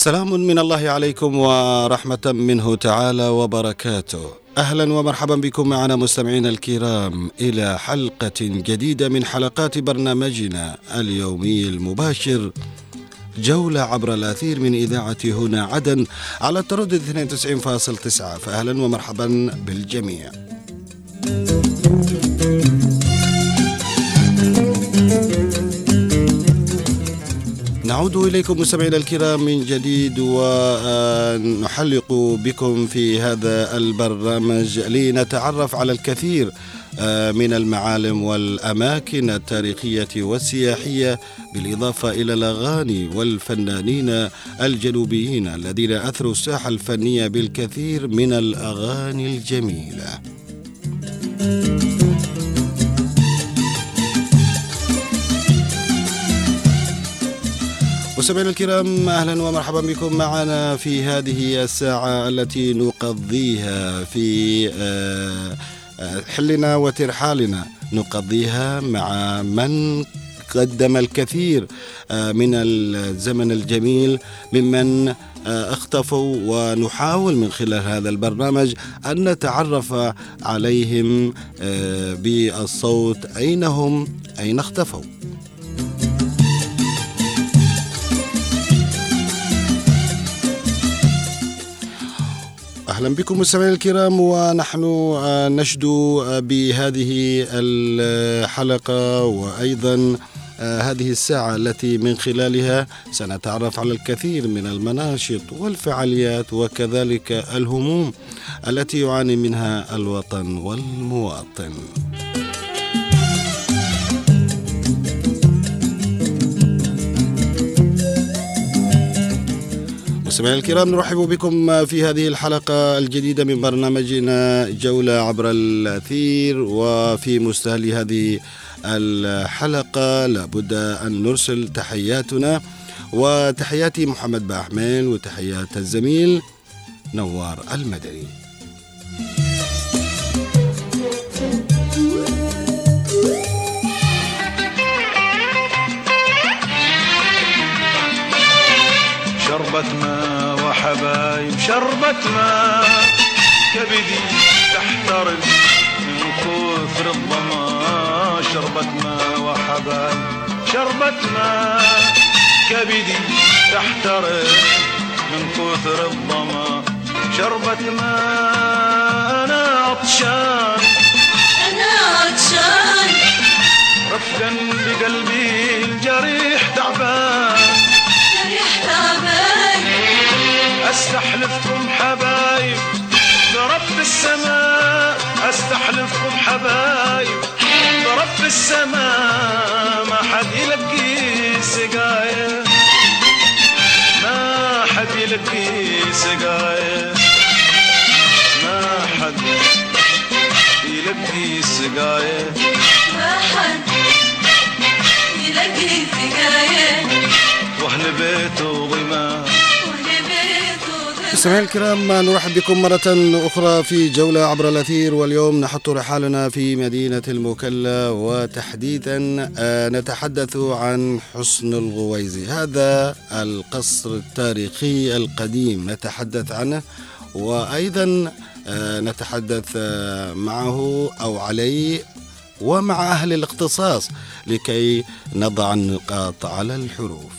سلام من الله عليكم ورحمة منه تعالى وبركاته. أهلا ومرحبا بكم معنا مستمعينا الكرام إلى حلقة جديدة من حلقات برنامجنا اليومي المباشر جولة عبر الأثير من إذاعة هنا عدن على التردد 92.9. فأهلا ومرحبا بالجميع. نعود إليكم مستمعينا الكرام من جديد ونحلق بكم في هذا البرنامج لنتعرف على الكثير من المعالم والأماكن التاريخية والسياحية، بالإضافة إلى الأغاني والفنانين الجنوبيين الذين أثروا الساحة الفنية بالكثير من الأغاني الجميلة. مستمعينا الكرام، أهلا ومرحبا بكم معنا في هذه الساعة التي نقضيها في حلنا وترحالنا، نقضيها مع من قدم الكثير من الزمن الجميل ممن اختفوا، ونحاول من خلال هذا البرنامج أن نتعرف عليهم بالصوت، أين هم، أين اختفوا. أهلا بكم مستمعينا الكرام، ونحن نشدو بهذه الحلقة وأيضا هذه الساعة التي من خلالها سنتعرف على الكثير من المناشط والفعاليات وكذلك الهموم التي يعاني منها الوطن والمواطن. مستمعينا الكرام، نرحب بكم في هذه الحلقة الجديدة من برنامجنا جولة عبر الأثير. وفي مستهل هذه الحلقة لابد أن نرسل تحياتنا وتحيات محمد باحمل وتحيات الزميل نوار المدني. شربت ما وحبايب شربت ما كبدي تحترم من كثر الظما. شربت ما وحبايب شربت ما كبدي تحترم من كثر الظما. شربت ما أنا عطشان رفقا بقلبي الجريح تعبان. أستحلفكم حبايب برب السماء، أستحلفكم حبايب برب السماء، ما حد يلقي سقايا، ما حد يلقي سقايا، ما حد يلقي سقايا، ما حد يلقي سقايا، واهل بيته ضيما. مستمعينا الكرام، نرحب بكم مرة أخرى في جولة عبر الأثير، واليوم نحط رحالنا في مدينة المكلا، وتحديدا نتحدث عن حصن الغويزي. هذا القصر التاريخي القديم نتحدث عنه، وأيضا نتحدث معه أو عليه ومع أهل الاختصاص لكي نضع النقاط على الحروف.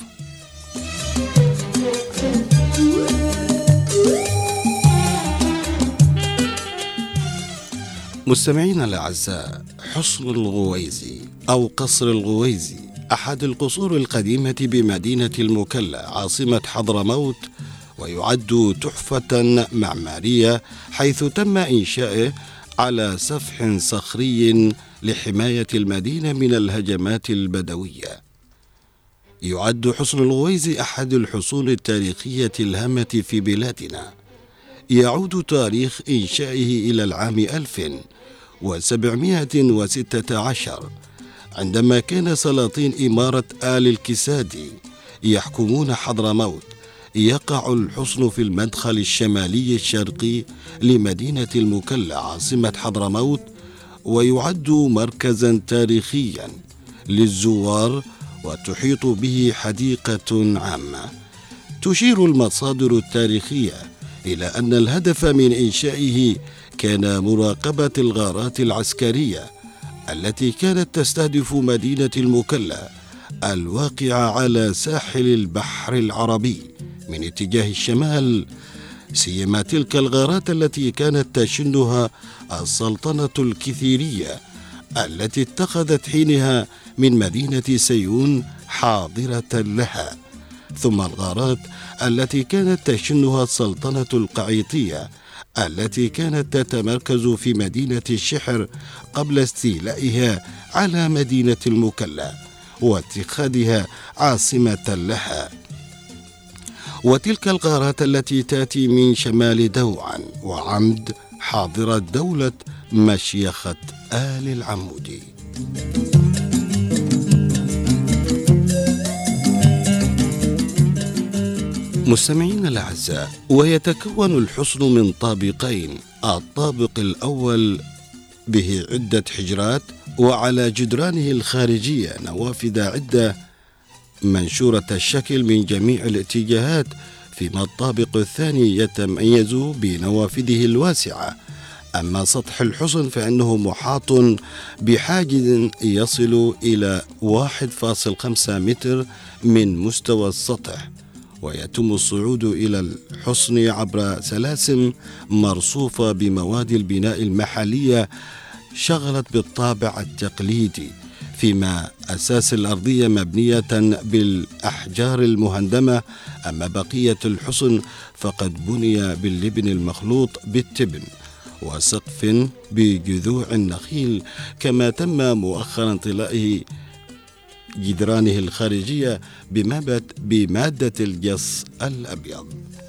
مستمعينا الأعزاء، حصن الغويزي أو قصر الغويزي أحد القصور القديمة بمدينة المكلا عاصمة حضرموت، ويعد تحفة معمارية حيث تم إنشائه على سفح صخري لحماية المدينة من الهجمات البدوية. يعد حصن الغويزي أحد الحصون التاريخية الهامة في بلادنا. يعود تاريخ إنشائه إلى العام 1716 عندما كان سلاطين إمارة آل الكسادي يحكمون حضرموت. يقع الحصن في المدخل الشمالي الشرقي لمدينة المكلا عاصمة حضرموت، ويعد مركزا تاريخيا للزوار، وتحيط به حديقة عامة تشير المصادر التاريخية إلى أن الهدف من إنشائه كان مراقبة الغارات العسكرية التي كانت تستهدف مدينة المكلا الواقعة على ساحل البحر العربي من اتجاه الشمال، سيما تلك الغارات التي كانت تشنها السلطنة الكثيرية التي اتخذت حينها من مدينة سيئون حاضرة لها، ثم الغارات التي كانت تشنها السلطنة القعيطية التي كانت تتمركز في مدينة الشحر قبل استيلائها على مدينة المكلا واتخاذها عاصمة لها. وتلك الغارات التي تأتي من شمال دوعا وعمد حاضرة دولة مشيخة آل العمودي. مستمعين الأعزاء، ويتكون الحصن من طابقين، الطابق الأول به عدة حجرات وعلى جدرانه الخارجية نوافذ عدة منشورة الشكل من جميع الاتجاهات، فيما الطابق الثاني يتميز بنوافذه الواسعة. أما سطح الحصن فإنه محاط بحاجز يصل إلى 1.5 متر من مستوى السطح، ويتم الصعود إلى الحصن عبر سلاسل مرصوفة بمواد البناء المحلية شغلت بالطابع التقليدي، فيما أساس الأرضية مبنية بالأحجار المهندمة. أما بقية الحصن فقد بني باللبن المخلوط بالتبن وسقف بجذوع النخيل، كما تم مؤخرا انطلاء جدرانه الخارجية بمادة الجص الأبيض.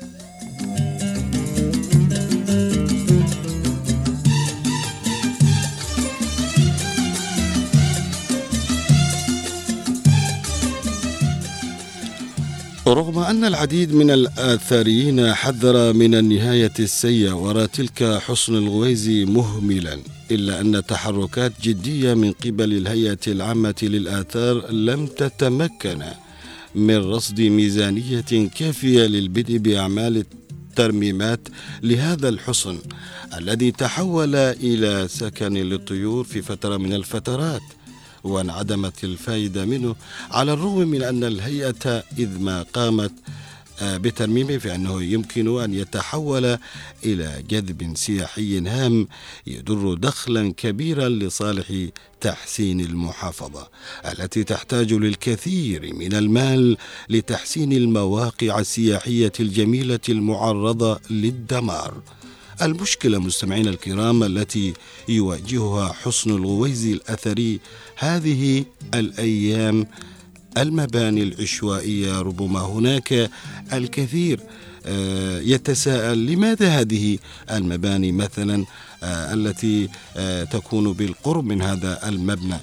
رغم أن العديد من الآثاريين حذر من النهاية السيئة وراء تلك حصن الغويزي مهملا، إلا أن تحركات جدية من قبل الهيئة العامة للآثار لم تتمكن من رصد ميزانية كافية للبدء بأعمال الترميمات لهذا الحصن الذي تحول إلى سكن للطيور في فترة من الفترات، وانعدمت الفائدة منه، على الرغم من أن الهيئة إذ ما قامت بترميمه فإنه يمكن أن يتحول إلى جذب سياحي هام يدر دخلا كبيرا لصالح تحسين المحافظة التي تحتاج للكثير من المال لتحسين المواقع السياحية الجميلة المعرضة للدمار. المشكلة مستمعين الكرام التي يواجهها حصن الغويزي الأثري هذه الأيام المباني العشوائية. ربما هناك الكثير يتساءل لماذا هذه المباني مثلا التي تكون بالقرب من هذا المبنى.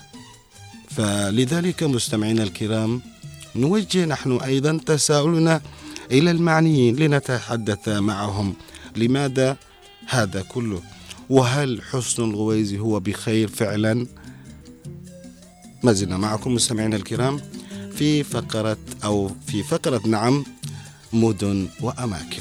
فلذلك مستمعين الكرام نوجه نحن أيضا تساؤلنا إلى المعنيين لنتحدث معهم، لماذا هذا كله؟ وهل حصن الغويزي هو بخير فعلا؟ ما زلنا معكم مستمعينا الكرام في فقرة نعم مدن وأماكن.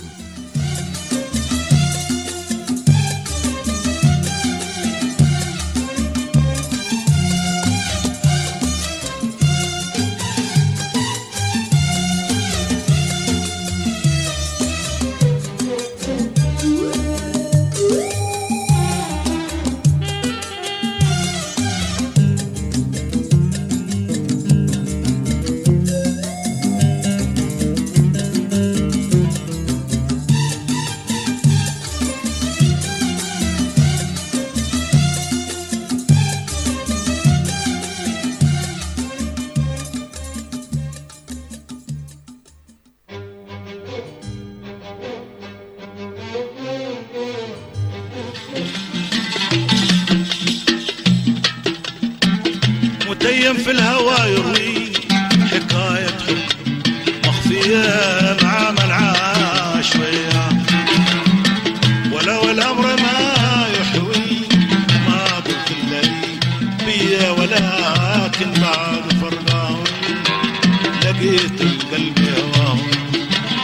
متيم في الهوى يروي حكاية حب مخفية مع من عاش وياه، ولو الأمر ما يحوي ما قلت الليل بيا، ولكن بعد فرقاه لقيت القلب هواه.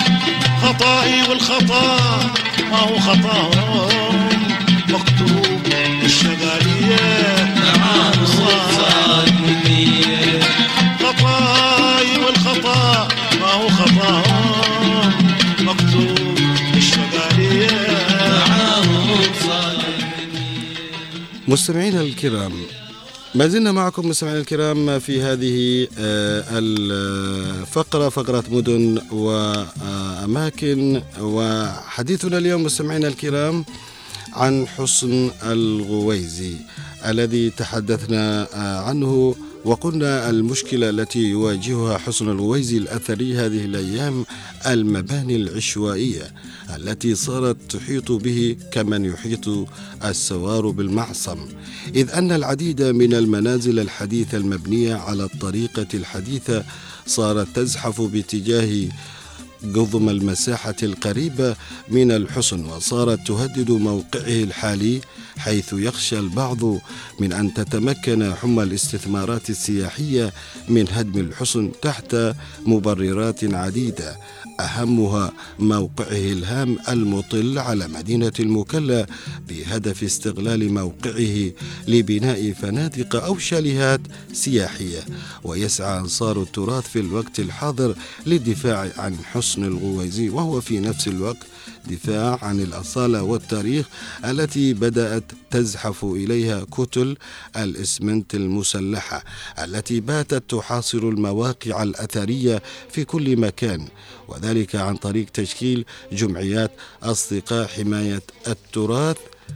خطائي والخطا ما هو خطاهم مكتوب الشغالية معاهم صاد منية خطائي والخطا ما هو خطاهم مكتوب الشغالية معاهم صاد منية. مستمعينا الكرام، ما زلنا معكم مستمعينا الكرام في هذه الفقرة، فقرة مدن وأماكن، وحديثنا اليوم مستمعينا الكرام عن حصن الغويزي الذي تحدثنا عنه، وقلنا المشكلة التي يواجهها حصن الغويزي الأثري هذه الأيام المباني العشوائية التي صارت تحيط به كمن يحيط السوار بالمعصم، إذ أن العديد من المنازل الحديثة المبنية على الطريقة الحديثة صارت تزحف باتجاه قضم المساحة القريبة من الحصن، وصارت تهدد موقعه الحالي، حيث يخشى البعض من أن تتمكن حمى الاستثمارات السياحية من هدم الحصن تحت مبررات عديدة، أهمها موقعه الهام المطل على مدينة المكلا بهدف استغلال موقعه لبناء فنادق أو شاليهات سياحية. ويسعى أنصار التراث في الوقت الحاضر للدفاع عن حصن الغويزي، وهو في نفس الوقت دفاع عن الأصالة والتاريخ التي بدأت تزحف إليها كتل الإسمنت المسلحة التي باتت تحاصر المواقع الأثرية في كل مكان، وذلك عن طريق تشكيل جمعيات أصدقاء حماية التراث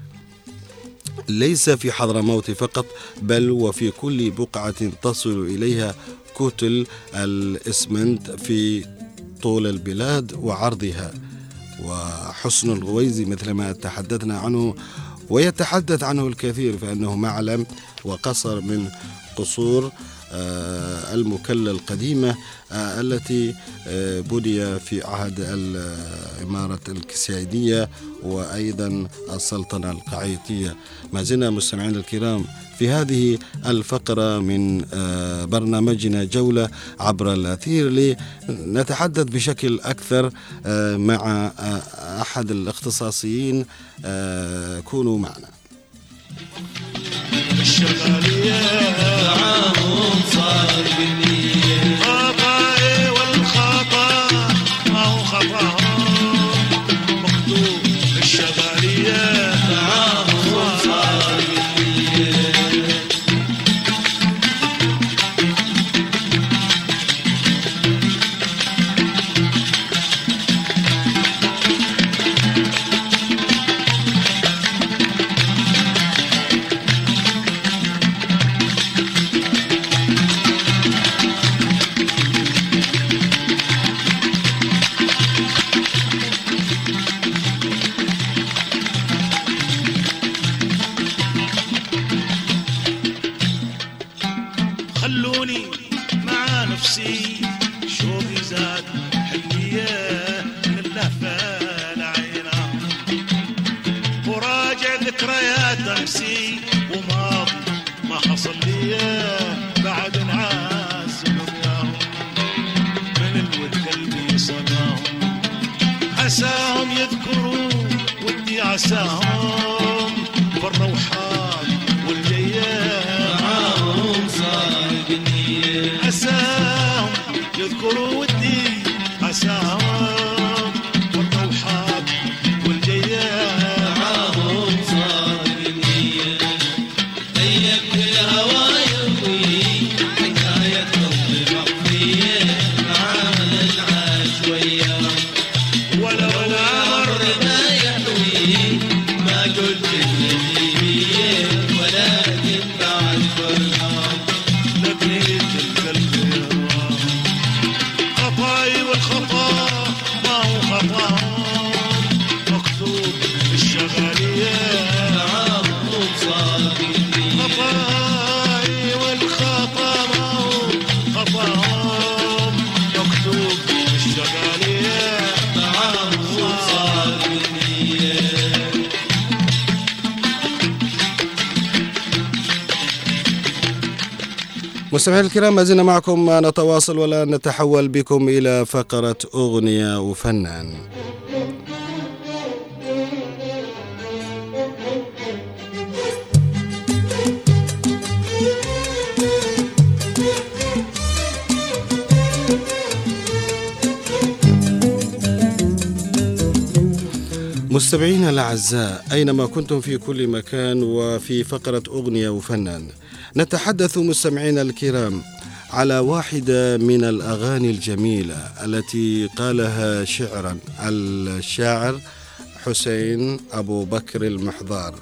ليس في حضرموت فقط، بل وفي كل بقعة تصل إليها كتل الإسمنت في طول البلاد وعرضها. وحصن الغويزي مثل ما تحدثنا عنه ويتحدث عنه الكثير، فإنه معلم وقصر من قصور المكلا القديمة التي بني في عهد الإمارة الكسيدية وأيضا السلطنة القعيطية. ما زلنا مستمعين الكرام في هذه الفقرة من برنامجنا جولة عبر الأثير لنتحدث بشكل أكثر مع أحد الاختصاصيين. كونوا معنا. الشغالية معاهم صار بالنية خطاي والخطا ما هو خطاهم مكتوب الشغالية معاهم صار بالنية. خلوني مع نفسي شوقي زاد حلية من اللهفة لعينه وراجع ذكريات أمسي وماضي ما حصل لي بعد نعاس ورياهم من الود قلبي صداهم عساهم يذكروا ودي عساهم بالروحات والجيات معاهم صار بالنية عساهم يذكروا ودي عساهم بالروحات والجيات معاهم صار بالنية. طيب الهوى يروي حكاية حب مخفية معانا العاش وياه ولو مر ما يحوي ما مستمعينا الكرام، ما زلنا معكم نتواصل ولا نتحول بكم إلى فقرة أغنية وفنان. مستمعينا الأعزاء، أينما كنتم في كل مكان وفي فقرة أغنية وفنان، نتحدث مستمعينا الكرام على واحدة من الأغاني الجميلة التي قالها شعرا الشاعر حسين أبو بكر المحضار.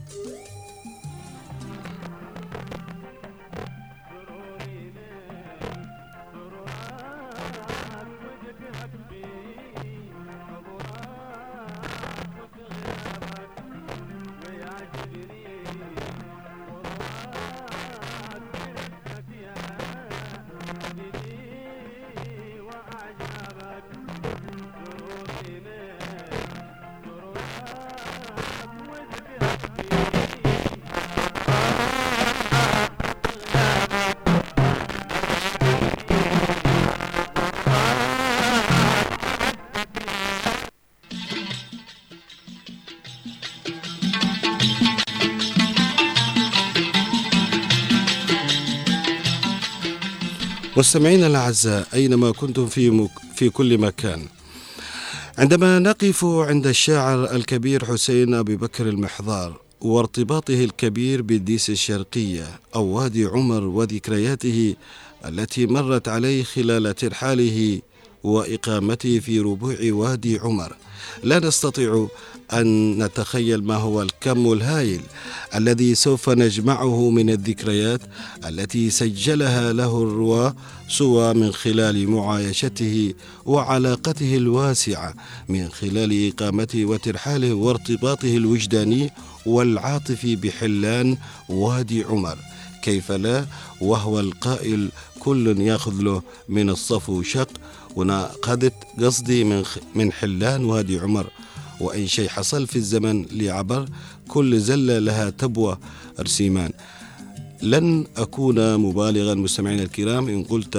مستمعينا الأعزاء، أينما كنتم في كل مكان، عندما نقف عند الشاعر الكبير حسين أبي بكر المحضار وارتباطه الكبير بالديس الشرقية أو وادي عمر وذكرياته التي مرت عليه خلال ترحاله وإقامته في ربوع وادي عمر، لا نستطيع أن نتخيل ما هو الكم الهائل الذي سوف نجمعه من الذكريات التي سجلها له الرواة، سوى من خلال معايشته وعلاقته الواسعة من خلال إقامته وترحاله وارتباطه الوجداني والعاطفي بحلان وادي عمر. كيف لا وهو القائل كل يأخذ له من الصفو شق، ونأخذت قصدي من حلان وادي عمر، وإن شيء حصل في الزمن لعبر كل زلة لها تبوة رسيمان. لن أكون مبالغا مستمعينا الكرام إن قلت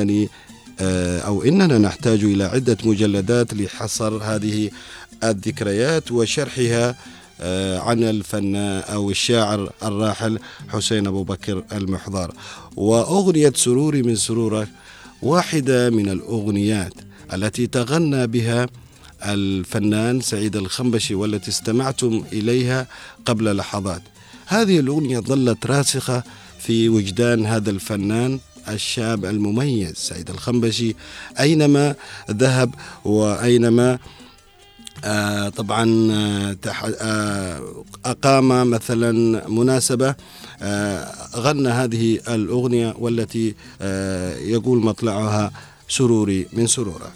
إننا نحتاج إلى عدة مجلدات لحصر هذه الذكريات وشرحها عن الفنان أو الشاعر الراحل حسين أبو بكر المحضار. وأغنية سروري من سرورك واحدة من الأغنيات التي تغنى بها الفنان سعيد الخنبشي والتي استمعتم إليها قبل لحظات. هذه الأغنية ظلت راسخة في وجدان هذا الفنان الشاب المميز سعيد الخنبشي أينما ذهب وأينما طبعا أقام مثلا مناسبة غنى هذه الأغنية والتي يقول مطلعها سروري من سروره.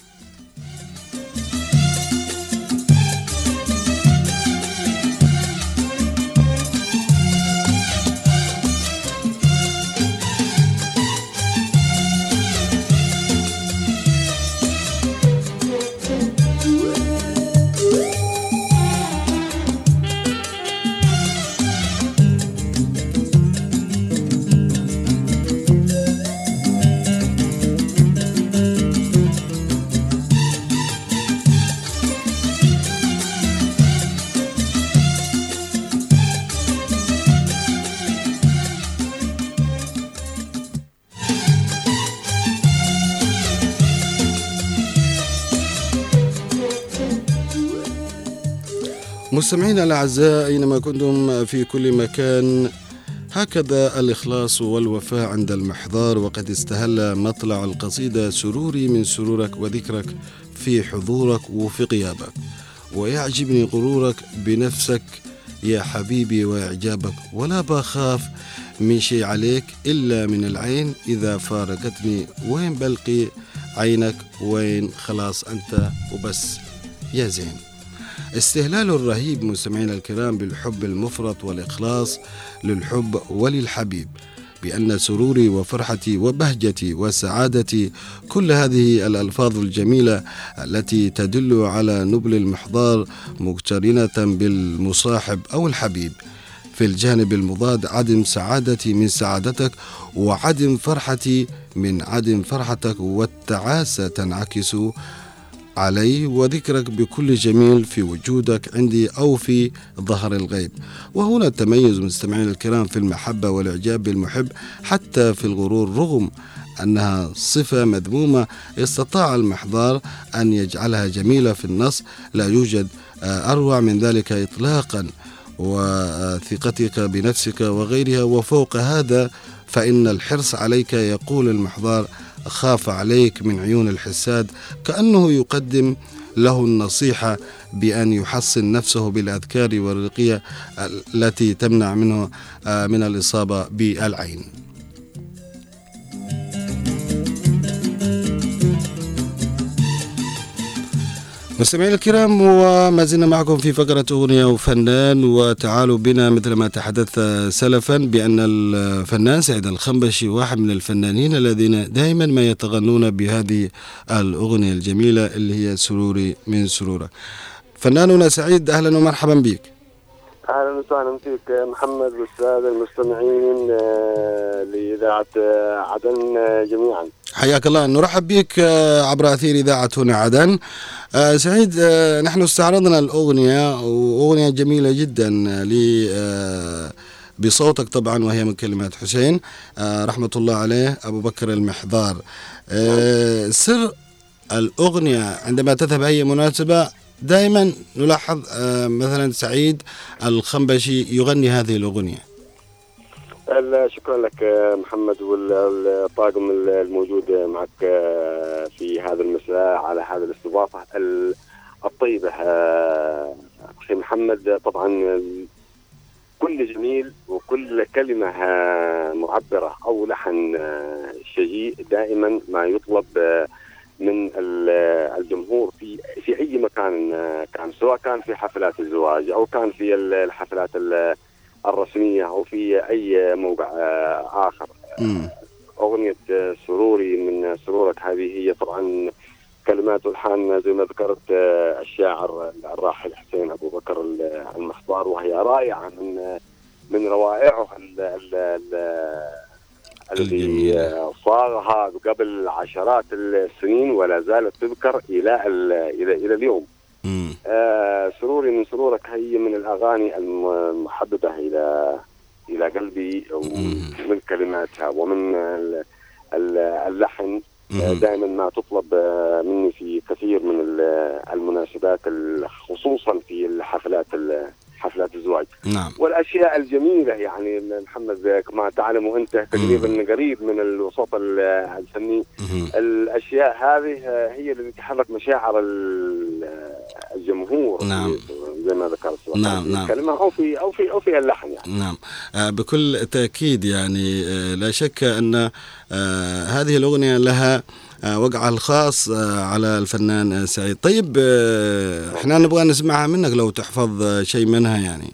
مستمعينا الأعزاء، أينما كنتم في كل مكان، هكذا الإخلاص والوفاء عند المحضار، وقد استهل مطلع القصيدة سروري من سرورك وذكرك في حضورك وفي غيابك، ويعجبني غرورك بنفسك يا حبيبي وإعجابك، ولا بخاف من شيء عليك إلا من العين إذا فارقتني، وين بلقي عينك وين خلاص أنت وبس يا زين. استهلال الرهيب مستمعينا الكرام بالحب المفرط والإخلاص للحب وللحبيب، بأن سروري وفرحتي وبهجتي وسعادتي كل هذه الألفاظ الجميلة التي تدل على نبل المحضار مقترنة بالمصاحب أو الحبيب. في الجانب المضاد عدم سعادتي من سعادتك، وعدم فرحتي من عدم فرحتك، والتعاسة تنعكس علي، وذكرك بكل جميل في وجودك عندي أو في ظهر الغيب. وهنا التميز مستمعين الكرام في المحبة والإعجاب بالمحب حتى في الغرور، رغم أنها صفة مذمومة استطاع المحضار أن يجعلها جميلة في النص. لا يوجد أروع من ذلك إطلاقا، وثقتك بنفسك وغيرها. وفوق هذا فإن الحرص عليك، يقول المحضار، خاف عليك من عيون الحساد، كأنه يقدم له النصيحة بأن يحصن نفسه بالأذكار والرقية التي تمنع منه من الإصابة بالعين. مستمعينا الكرام، وما زلنا معكم في فقرة أغنية وفنان. وتعالوا بنا مثل ما تحدث سلفا بأن الفنان سعيد الخنبشي واحد من الفنانين الذين دائما ما يتغنون بهذه الأغنية الجميلة اللي هي سروري من سرورك. فناننا سعيد، أهلا ومرحبا بك. أهلا وسهلا فيك محمد والسادة المستمعين لإذاعة عدن جميعا. حياك الله، نرحب بك عبر أثير إذاعة هنا عدن. سعيد، نحن استعرضنا الأغنية، وأغنية جميلة جدا بصوتك طبعا، وهي من كلمات حسين رحمة الله عليه أبو بكر المحضار. سر الأغنية عندما تذهب أي مناسبة دائما نلاحظ مثلا سعيد الخنبشي يغني هذه الأغنية. شكرا لك محمد والطاقم الموجود معك في هذا المساء على هذا الاستضافة الطيبة. أخي محمد، طبعا كل جميل وكل كلمة معبرة أو لحن شجيع دائما ما يطلب من الجمهور في أي مكان كان، سواء كان في حفلات الزواج أو كان في الحفلات الرسمية أو في أي موقع آخر. أغنية سروري من سرورك هذه هي طبعا كلمات والحان زي ما ذكرت الشاعر الراحل حسين أبو بكر المحضار، وهي رائعة من روائعه الذي صاغها قبل عشرات السنين ولا زالت تذكر إلى اليوم. سروري من سرورك هي من الأغاني المحببة إلى قلبي، ومن كلماتها ومن اللحن دائما ما تطلب مني في كثير من المناسبات، خصوصا في حفلات الزواج. نعم. والأشياء الجميلة يعني محمد كما تعلم وأنت تقريبا قريب من الوسط الفني، الأشياء هذه هي اللي تحرك مشاعر الجمهور. نعم. زي ما ذكرت. نعم. الكلمة أو في اللحن يعني. نعم، بكل تأكيد يعني لا شك أن هذه الأغنية لها وقعها الخاص على الفنان سعيد. طيب احنا نبغى نسمعها منك لو تحفظ شيء منها يعني.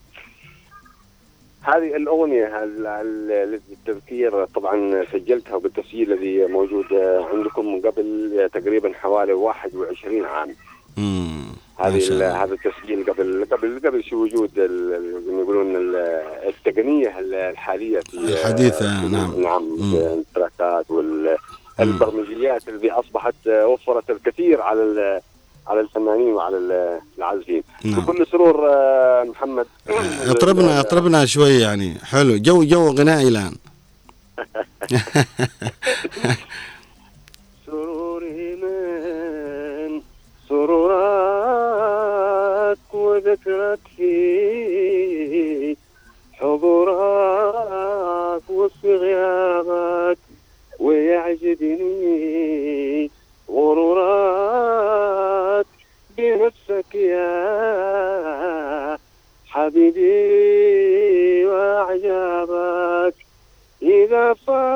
هذه الأغنية للتذكير طبعا سجلتها بالتسجيل الذي موجود عندكم قبل تقريبا حوالي 21 عام. هذا التسجيل قبل شو وجود يقولون التقنية الحالية الحديثة. نعم التراكات والبرمجيات اللي أصبحت وفرت الكثير على الفنانين وعلى العازفين. بكل سرور محمد، اطربنا شوي يعني. حلو، جو غنائي الآن. سروري من سرورك وذكرت في حضورك وسط غيابك، ويعجبني غرورك بنفسك يا حبيبي وأعجابك. إذا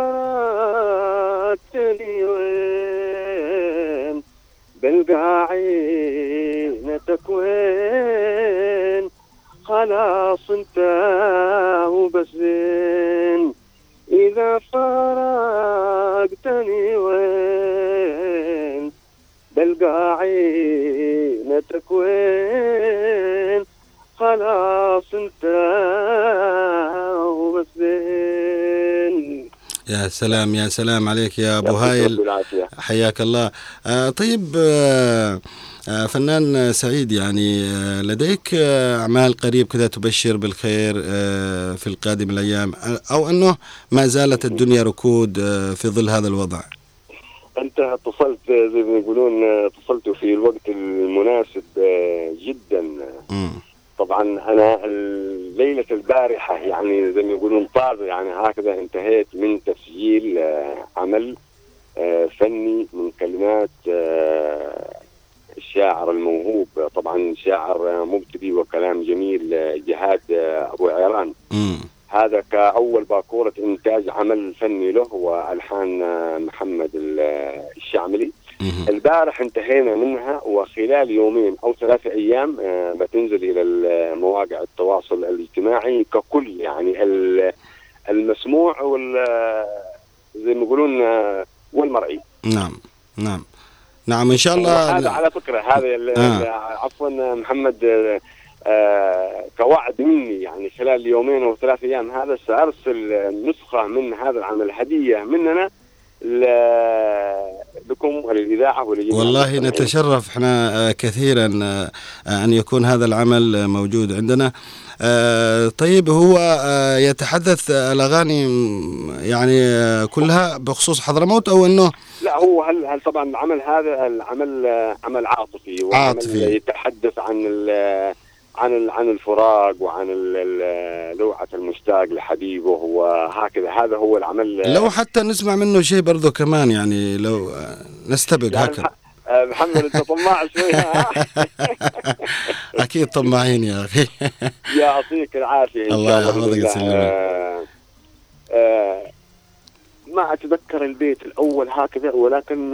فاتني وين بلقى عينتك وين، خلاص انت وبسين. إذا فارقتني وين بلقى عينتك وين، خلاص انت وبسين. يا سلام يا سلام عليك يا أبو هايل، حياك الله. طيب فنان سعيد، يعني لديك أعمال قريب كذا تبشر بالخير في القادم الأيام، أو أنه ما زالت الدنيا ركود في ظل هذا الوضع؟ أنت اتصلت زي ما يقولون، اتصلت في الوقت المناسب جدا. طبعا أنا ليلة البارحة يعني زي ما يقولون طار يعني هكذا انتهيت من تسجيل عمل فني من كلمات الشاعر الموهوب، طبعا شاعر مبتدئ وكلام جميل، جهاد أبو عيران. هذا كأول باكورة إنتاج عمل فني له، وألحان محمد الشعملي. البارح انتهينا منها، وخلال يومين أو 3 أيام بتنزل إلى مواقع التواصل الاجتماعي ككل، يعني المسموع زي ما يقولون والمرئي. نعم إن شاء الله. هذا على فكرة هذا عفوا محمد، كوعد مني يعني خلال يومين أو 3 أيام هذا سأرسل نسخة من هذا العمل هدية مننا لكم وللإذاعة ولجميع. والله نتشرف احنا كثيرا أن يكون هذا العمل موجود عندنا. طيب هو يتحدث الأغاني يعني كلها بخصوص حضرموت، أو أنه لا هو هل طبعا العمل هذا العمل عمل عاطفي يتحدث عن الفراق وعن لوعة المشتاق لحبيبه وهكذا. هذا هو العمل. لو حتى نسمع منه شيء برضو كمان، يعني لو نستبق يعني هكذا. محمد انت طماع شوي. اكيد طماعين يا اخي. يعطيك العافيه. الله يحفظك ويسلمك. ما اتذكر البيت الاول هكذا، ولكن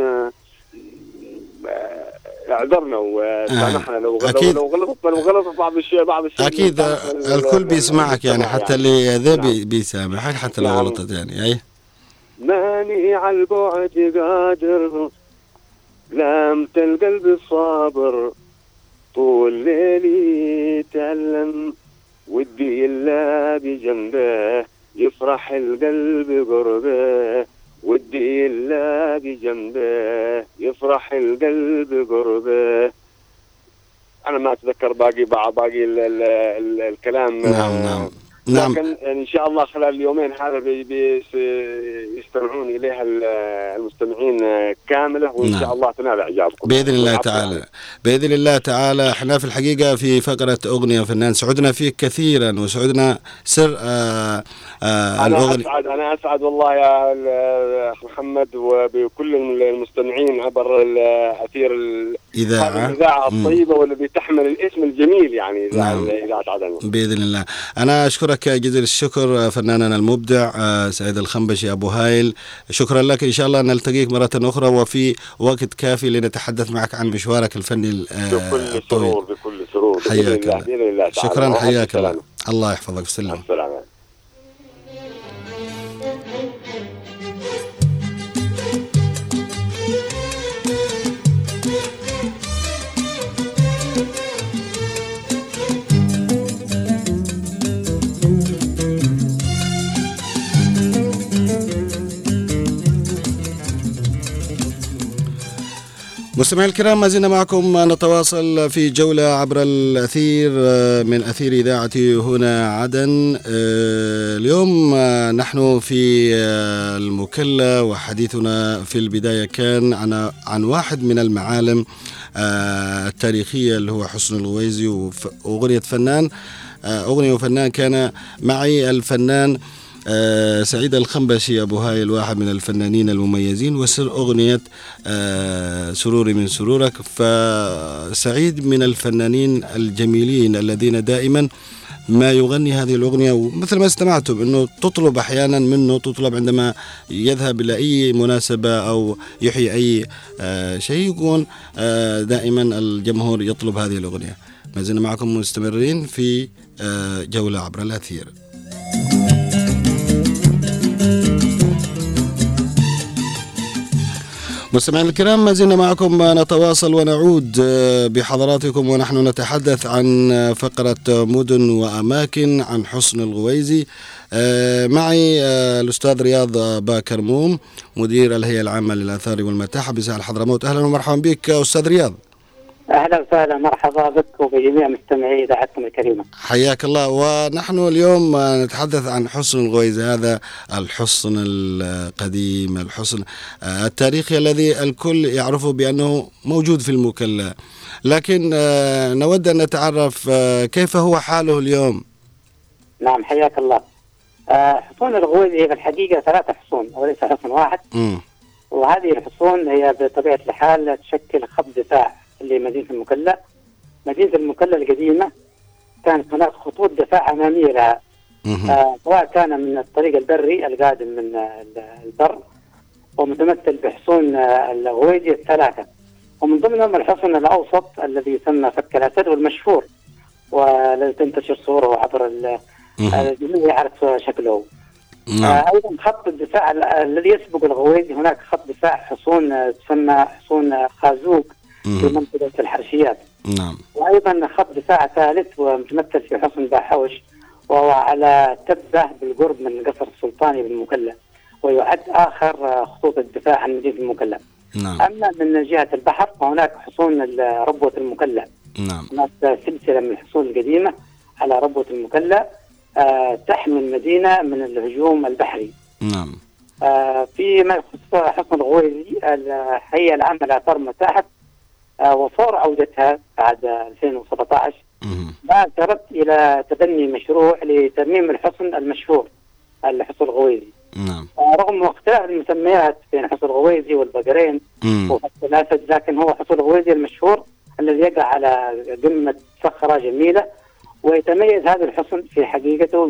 اعذرنا وسامحنا لو غلطت بعض الشيء اكيد الكل بيسمعك يعني، حتى اللي ذا بيسامحك حتى لو غلطت يعني. اي ماني على البعد قادر، لامت القلب الصابر، طول ليلي تعلم، ودي إلا بجنبه، يفرح القلب قربه، ودي إلا بجنبه، يفرح القلب قربه. أنا ما أتذكر باقي الكلام. نعم. لكن إن شاء الله خلال اليومين هذا يستمعون إليها المستمعين كاملة، وإن شاء الله تنال إعجابكم بإذن الله تعالى. بإذن الله تعالى. احنا في الحقيقة في فقرة أغنية وفنان سعدنا فيك كثيرا، وسعدنا سر أنا أسعد والله يا أخ محمد، وبكل المستمعين عبر الأثير الإذاعة الطيبة والذي تحمل الاسم الجميل يعني إذاعة عدن. بإذن الله. أنا أشكرك جزيل الشكر فناننا المبدع سعيد الخنبشي أبو هايل. شكرا لك. إن شاء الله نلتقيك مرة أخرى وفي وقت كافي لنتحدث معك عن مشوارك الفني الطويل. بكل سرور. حياك الله. شكرا. حياك الله. الله يحفظك. وسلم. السلام. مستمعي الكرام، ما زلنا معكم نتواصل في جولة عبر الأثير من أثير إذاعتي هنا عدن. اليوم نحن في المكلا، وحديثنا في البداية كان عن واحد من المعالم التاريخية اللي هو حسن الغويزي، وأغنية فنان. أغنية وفنان كان معي الفنان سعيد الخنبشي أبو هايل، واحد من الفنانين المميزين، وسر أغنية سروري من سرورك. فسعيد من الفنانين الجميلين الذين دائما ما يغني هذه الأغنية، ومثل ما استمعتم أنه تطلب أحيانا منه، تطلب عندما يذهب إلى أي مناسبة أو يحيي أي شيء، يكون دائما الجمهور يطلب هذه الأغنية. ما زلنا معكم مستمرين في جولة عبر الأثير. مستمعينا الكرام، ما زلنا معكم نتواصل ونعود بحضراتكم ونحن نتحدث عن فقرة مدن وأماكن عن حصن الغويزي. معي الأستاذ رياض باكرموم مدير الهيئة العامة للآثار والمتاحف بساحل حضرموت. أهلا ومرحبا بك أستاذ رياض. أهلا وسهلا، مرحبا بك وبجميع مستمعي إذاعتكم الكريمة. حياك الله. ونحن اليوم نتحدث عن حصن الغويزي، هذا الحصن القديم، الحصن التاريخي الذي الكل يعرفه بأنه موجود في المكلا، لكن نود أن نتعرف كيف هو حاله اليوم. نعم، حياك الله. حصون الغويزي في الحقيقة 3 حصون وليس حصن واحد. وهذه الحصون هي بطبيعة الحال تشكل خط دفاع لمدينة المكلا. مدينة المكلا القديمة كانت هناك خطوط دفاع أمامية لها، سواء كان من الطريق البري القادم من البر، ومتمثل بحصون الغويزي 3، ومن ضمنهم الحصن الأوسط الذي يسمى فك الأسد والمشهور، والذي تنتشر صوره عبر الجميع يعرف شكله. أيضا خط الدفاع الذي يسبق الغويزي، هناك خط دفاع حصون تسمى حصون خازوق في منطقة الحرشيات. نعم. وأيضا خط دفاع ثالث ومتمثل في حصن باحوش، وهو على تبة بالقرب من القصر السلطاني بالمكلا، ويعد آخر خطوط الدفاع عن مدينة المكلا. نعم. أما من جهة البحر فهناك حصون ربوة المكلا. نعم. هناك سلسلة من الحصون القديمة على ربوة المكلا تحمي المدينة من الهجوم البحري. نعم. فيما يخص حصن الغويزي، الهيئة العامة للآثار والمتاحف وفور عودتها بعد 2017 بادرت إلى تبني مشروع لترميم الحصن المشهور الحصن الغويزي. نعم. رغم اختلاف المسميات بين حصن الغويزي والبقرين وحصن الأسد، لكن هو حصن الغويزي المشهور الذي يقع على قمة صخرة جميلة. ويتميز هذا الحصن في حقيقته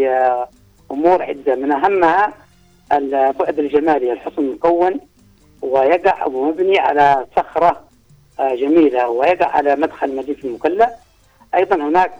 بأمور عدة، من أهمها البعد الجمالي. الحصن مكون ويقع ومبني على صخرة جميلة، ويقع على مدخل مدينة المكلا. أيضا هناك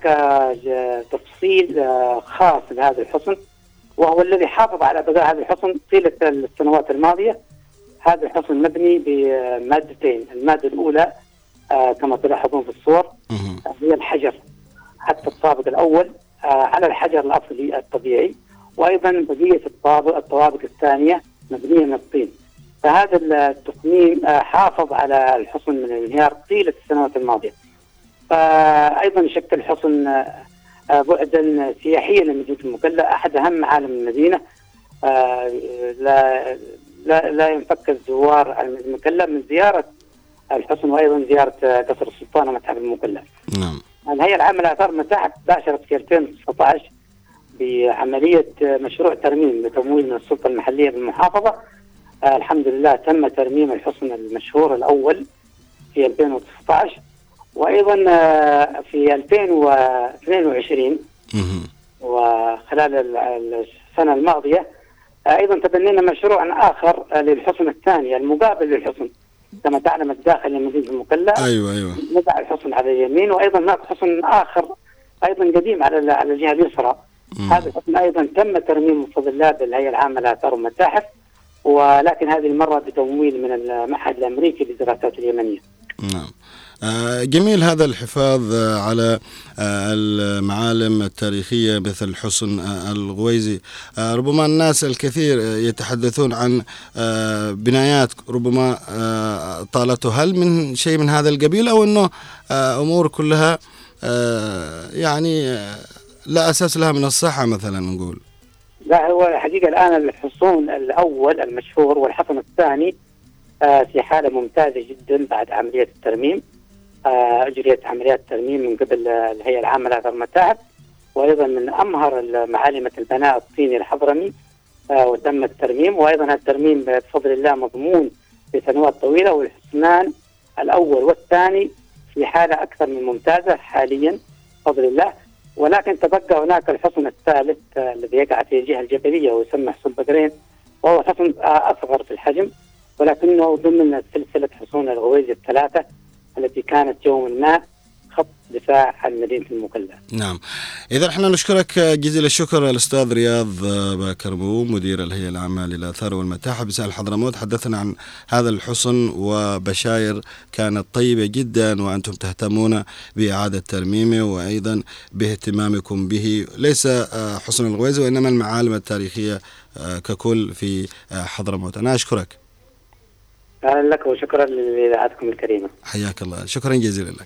تفصيل خاص لهذا الحصن، وهو الذي حافظ على بقاء هذا الحصن طيلة السنوات الماضية. هذا الحصن مبني بمادتين، المادة الأولى كما تلاحظون في الصور هي الحجر، حتى الطابق الأول على الحجر الأصلي الطبيعي، وأيضا بقية الطوابق الثانية مبنية من الطين. فهذا التصميم حافظ على الحصن من الانهيار طيلة السنوات الماضية. فأيضا يشكل الحصن بعدا سياحيا لمدينة المكلا، أحد أهم معالم المدينة. لا ينفك الزوار المكلا من زيارة الحصن، وأيضا زيارة قصر السلطان ومتحف المكلا. نعم. الهيئة العامة للآثار والمتاحف باشرت في 2019 بعملية مشروع ترميم بتمويل من السلطة المحلية بالمحافظة. الحمد لله تم ترميم الحصن المشهور الأول في 2019، وأيضا في 2022 وخلال السنة الماضية أيضا تبنينا مشروع آخر للحصن الثاني المقابل للحصن. كما تعلم الداخل لمدينة المكلا أيوة نضع الحصن على اليمين، وأيضا هناك حصن آخر أيضا قديم على الجهة اليسرى. هذا الحصن أيضا تم ترميم بفضل الله بالهيئة العامة للآثار والمتاحف، ولكن هذه المرة بتمويل من المعهد الأمريكي للدراسات اليمنية. نعم. جميل هذا الحفاظ على المعالم التاريخية مثل حصن الغويزي. ربما الناس الكثير يتحدثون عن بنايات ربما طالته، هل من شيء من هذا القبيل، أو أنه أمور كلها يعني لا أساس لها من الصحة مثلا نقول؟ لا، هو الحقيقة الآن الحصون الأول المشهور والحصن الثاني في حالة ممتازة جدا بعد عملية الترميم. أجريت عمليات ترميم من قبل الهيئة العامة للآثار والمتاحف، وأيضا من أمهر معالم البناء الطيني الحضرمي وتم الترميم. وأيضا هذا الترميم بفضل الله مضمون لسنوات طويلة، والحصنان الأول والثاني في حالة أكثر من ممتازة حاليا بفضل الله. ولكن تبقى هناك الحصن الثالث الذي يقع في الجهة الجبلية ويسمى حصن بقرين، وهو حصن أصغر في الحجم، ولكنه ضمن سلسلة حصون الغويزي 3 التي كانت يوما ما خط دفاع عن مدينة المكلا. نعم، إذا احنا نشكرك جزيل الشكر الأستاذ رياض باكرمو، مدير الهيئة العامة للآثار والمتاحف بساحل حضرموت. حدثنا عن هذا الحصن وبشاير كانت طيبة جدا، وأنتم تهتمون بإعادة ترميمه وأيضا باهتمامكم به، ليس حصن الغويزي وإنما المعالم التاريخية ككل في حضرموت. أنا أشكرك. أهلا لك وشكرا لإذاعتكم الكريمة. حياك الله، شكرا جزيلا لك.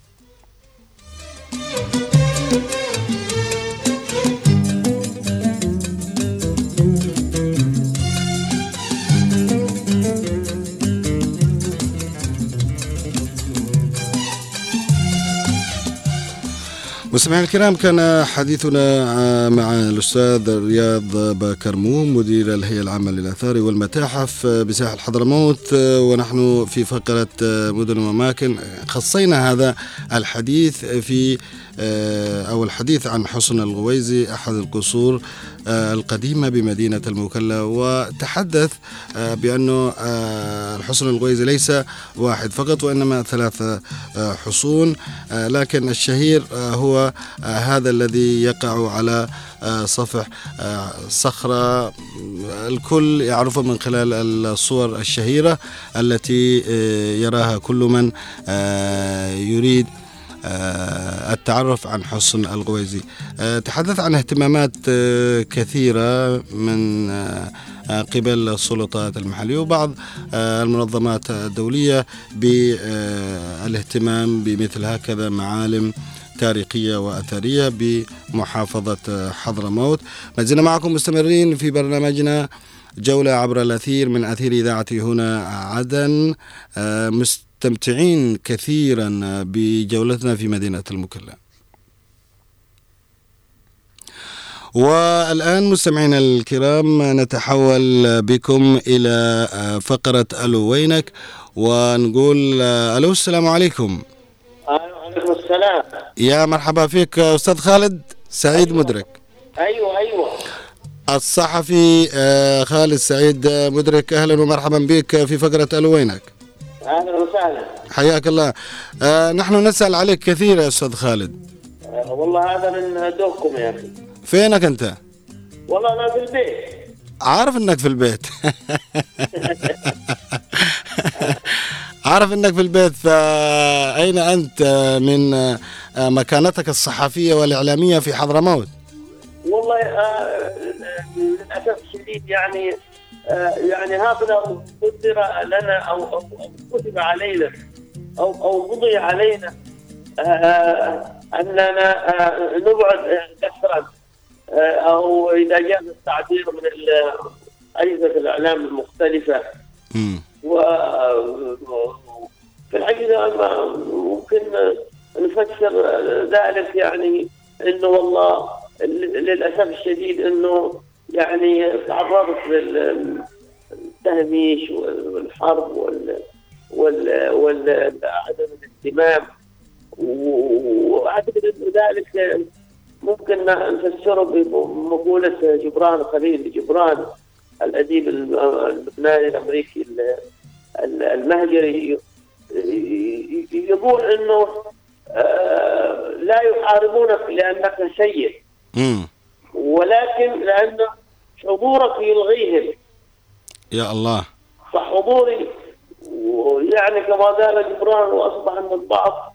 مستمعينا الكرام، كان حديثنا مع الأستاذ رياض باكرمو، مدير الهيئة العامة للآثار والمتاحف بساحل حضرموت، ونحن في فقرة مدن وأماكن خصينا هذا الحديث في أو الحديث عن حصن الغويزي، أحد القصور القديمة بمدينة المكلا، وتحدث بأنه الحصن الغويزي ليس واحد فقط وإنما 3 حصون، لكن الشهير هو هذا الذي يقع على صفح صخرة الكل يعرفه من خلال الصور الشهيرة التي يراها كل من يريد التعرف عن حصن الغويزي. تحدث عن اهتمامات كثيرة من قبل السلطات المحلية وبعض المنظمات الدولية بالاهتمام بمثل هكذا معالم تاريخية وأثرية بمحافظة حضرموت. ما زلنا معكم مستمرين في برنامجنا جولة عبر الأثير من أثير إذاعتي هنا عدن، مستمتعين كثيرا بجولتنا في مدينة المكلا. والآن مستمعينا الكرام نتحول بكم إلى فقرة ألو وينك، ونقول ألو السلام عليكم. وعليكم السلام. يا مرحبا فيك أستاذ خالد سعيد مدرك. أيوة الصحفي خالد سعيد مدرك، أهلا ومرحبا بك في فقرة ألو وينك. أهلا وسهلا، حياك الله. نحن نسأل عليك كثير يا أستاذ خالد. والله هذا من دوكم يا أخي. فينك أنت؟ والله أنا في البيت. عارف أنك في البيت. عارف أنك في البيت، فأين أنت من مكانتك الصحفية والإعلامية في حضرموت؟ والله للأسف الشديد يعني هكذا قدر لنا أو كتب علينا أو قضي علينا أننا نبعد كثرا، أو إذا جاء التعبير من أجهزة الإعلام المختلفة. وفي الحقيقة ممكن نفسر ذلك يعني إنه والله للأسف الشديد إنه يعني تعرضت للتهميش والحرب وعدم الاهتمام، وأعتقد إنه ذلك ممكن نفسره بمقولة جبران خليل جبران الأديب اللبناني الأمريكي المهجري، يقول إنه لا يحاربونك لأنك سيء، ولكن لأن حضورك يلغيهم. يا الله. فحضوري يعني كما قال جبران وأصبح من البعض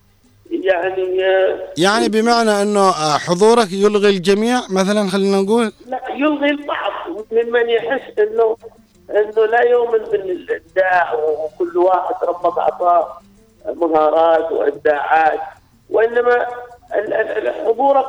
يعني بمعنى أنه حضورك يلغي الجميع مثلا، خلينا نقول. لا، يلغي البعض ممن يحس إنه لا يؤمن بالإبداع وكل واحد ربك أعطاه مهارات وإبداعات، وإنما حضورك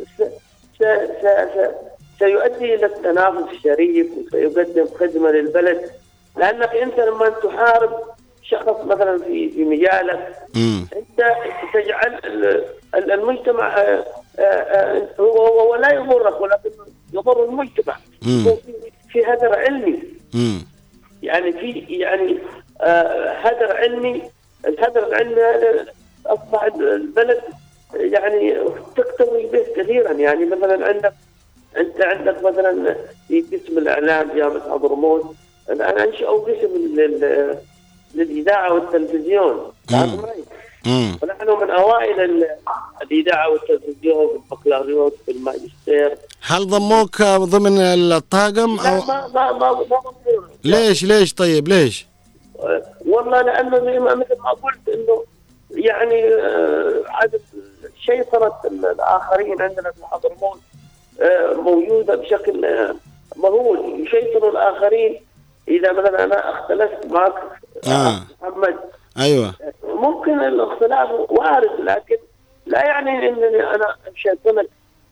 سيؤدي إلى التنافس الشريف وسيقدم خدمة للبلد، لأنك أنت لما تحارب شخص مثلا في مجالك أنت تجعل المجتمع هو لا يضرك ولكن يضر المجتمع. في هدر علمي، يعني في هدر علمي. الهدر العلمي هذا أصبح البلد يعني تكتر به كثيرا. يعني مثلا أنت عندك مثلا في قسم الإعلام جامعة حضرموت الآن أنشأوا قسم للإذاعة والتلفزيون. ونحن من أوائل الإذاعة والتلفزيون بالبكالوريوس بالماجستير. هل ضموك ضمن الطاقم أو ما ليش طيب ليش؟ والله لأنه زي ما مثل ما قلت إنه يعني عدد شيطنة الآخرين عندنا في حضرموت موجودة بشكل مهول، يشيطنوا الآخرين. إذا مثلا أنا اختلفت معك محمد، أيوة ممكن الاختلاف وارد، لكن لا يعني إنني أنا شيطنك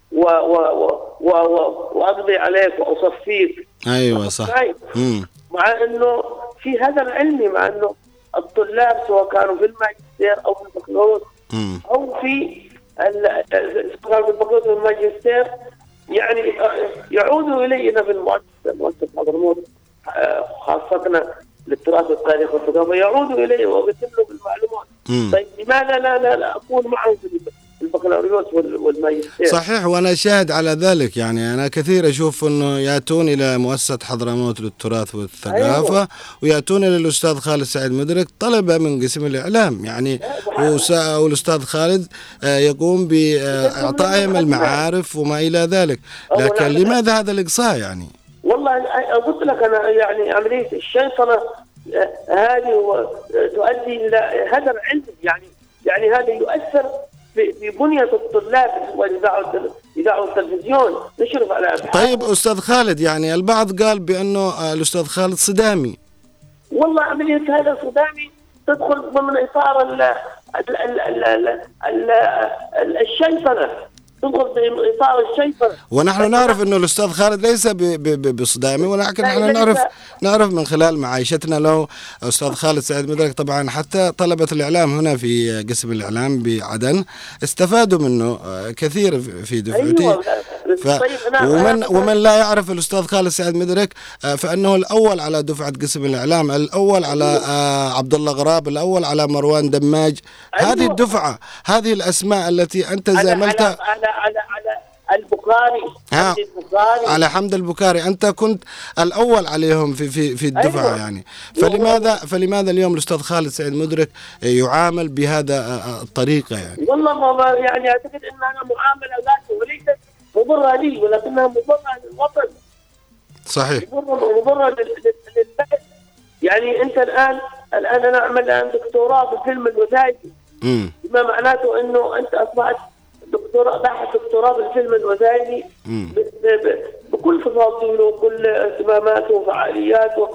وأقضي عليك وأصفيك. أيوة صح. مع إنه في هذا العلمي، مع إنه الطلاب سواء كانوا في الماجستير أو في البكالوريوس أو في البكالوريوس والماجستير يعني يعودوا إلينا في المؤسسة حضرموت خاصتنا للتراث والتاريخ والثقافة، يعودوا إلي وأقدم له بالمعلومات. طيب لماذا لا أكون معهم في البكالوريوس والماجستير؟ صحيح، وأنا شاهد على ذلك. يعني أنا كثير أشوف أنه يأتون إلى مؤسسة حضرموت للتراث والثقافة. أيوة. ويأتون للأستاذ خالد سعيد مدرك طلبة من قسم الإعلام يعني، والأستاذ خالد يقوم بإعطائهم المعارف وما إلى ذلك. لكن لماذا هذا الإقصاء يعني؟ والله قلت لك أنا يعني عملية الشيطنة هذه تؤدي إلى هدر علمي، يعني هذا يؤثر في بنية الطلاب والإذاعة والتلفزيون، نشرف على أبحاث. طيب أستاذ خالد، يعني البعض قال بأنه الأستاذ خالد صدامي. والله عملية هذا صدامي تدخل ضمن إطار الشيطنة، تدخل في إطار الشيطنة. ونحن نعرف أنه الأستاذ خالد ليس بصدامي، ولكن نحن نعرف من خلال معايشتنا له. أستاذ خالد سعيد مدرك طبعا حتى طلبة الإعلام هنا في قسم الإعلام بعدن استفادوا منه كثير في دفعته. أيوة. ومن لا يعرف الأستاذ خالد سعيد مدرك فإنه الأول على دفعة قسم الإعلام، الأول على عبد الله غراب، الأول على مروان دماج. أيوة. هذه الدفعة، هذه الأسماء التي أنت زاملتها على البخاري، على حمد البكاري، أنت كنت الأول عليهم في الدفعة. أيوة. يعني فلماذا اليوم الأستاذ خالد سعيد مدرك يعامل بهذا الطريقة يعني؟ والله ما يعني أعتقد أنها معاملة ذاته وليست مضرة لي، ولكنها مضرة للوطن. صحيح. مضرة للبلد. يعني أنت الآن أنا أعمل دكتوراه في الفيلم الوثائقي، بما معناته أنه أنت أصبحت باحث دكتوراه بالفيلم الوثائقي بكل تفاصيله وكل اهتماماته وفعالياته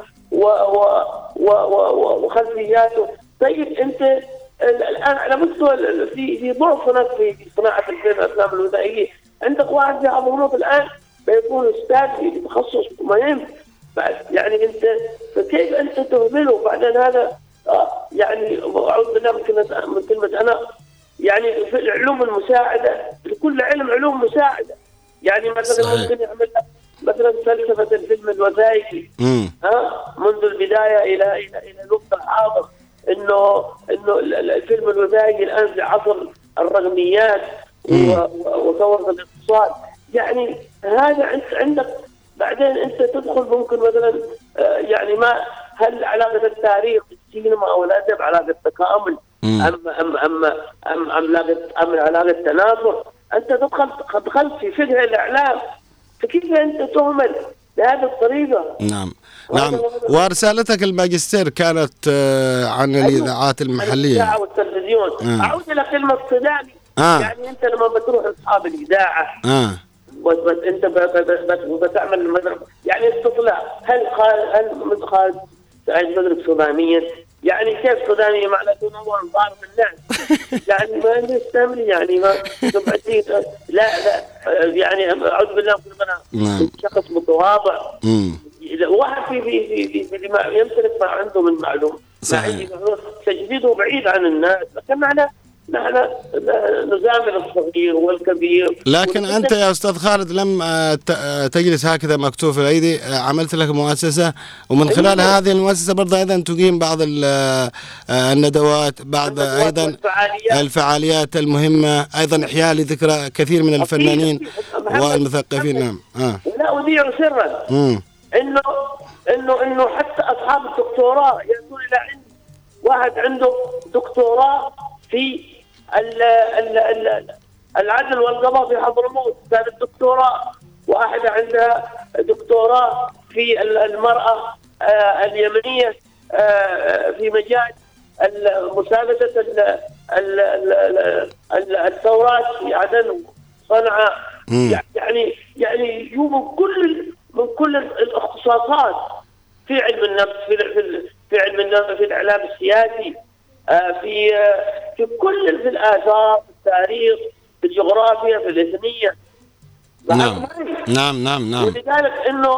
وخلفياته. طيب انت الان على مستوى في ضعف هناك في صناعه الافلام الوثائقيه، عندك واحد زي ابو نوف الان بيكون استاذ في تخصص مهم، يعني انت فكيف انت تهمله؟ بعدين هذا يعني اعوذ بالله من كلمه انا يعني في العلوم المساعدة، لكل علم علوم مساعدة. يعني مثلا ممكن يعمل مثلا فلسفة الفيلم الوثائقي منذ البداية إلى نقطة الحاضر، إنه الفيلم الوثائقي الآن في عصر الرقميات وثورة الاقتصاد. يعني هذا عندك بعدين أنت تدخل ممكن مثلا يعني ما هل علاقة التاريخ السينما أو الأدب علاقة تكامل أم علاقة تنافر؟ أنت دخلت في فقه الإعلام، فكيف أنت تهمل بهذه الطريقة؟ نعم. ورسالتك الماجستير كانت عن الإذاعات المحلية، الإذاعة والتلفزيون. أعود إلى كلمة صدامي. يعني أنت لما بتروح أصحاب الإذاعة أنت بتعمل مثلا يعني استطلاع، هل خالد سعيد مدرك صداميا؟ يعني كيف صدامي؟ معناته نور ضارب الناس. يعني ما يستمر، يعني ما تبعتي لا يعني اعوذ بالله من شخص متواضع. واحد في ما يمتلك ما عنده من معلوم، تجديده بعيد عن الناس، لكن نحن نزامل الصغير والكبير. لكن أنت يا أستاذ خالد لم تجلس هكذا مكتوف الأيدي، عملت لك مؤسسة، ومن خلال هذه المؤسسة برضه أيضا تقيم بعض الندوات، بعض أيضا الفعاليات المهمة، أيضا إحياء لذكرى كثير من الفنانين والمثقفين. نعم. لا أذيع سرا إنه حتى أصحاب الدكتوراه يأتون إلى عندي. واحد عنده دكتوراه في العدل والقضاء في حضرموت، كانت دكتوراه، واحدة عندها دكتوراه في المرأة اليمنية في مجال مساندة الثورات في عدن وصنعاء. يعني من كل الاختصاصات في علم النفس، في علم النفس، في الاعلام السياسي، في كل، في الاثار، في التاريخ، في الجغرافيا، في الاثنيه. نعم. ولذلك انه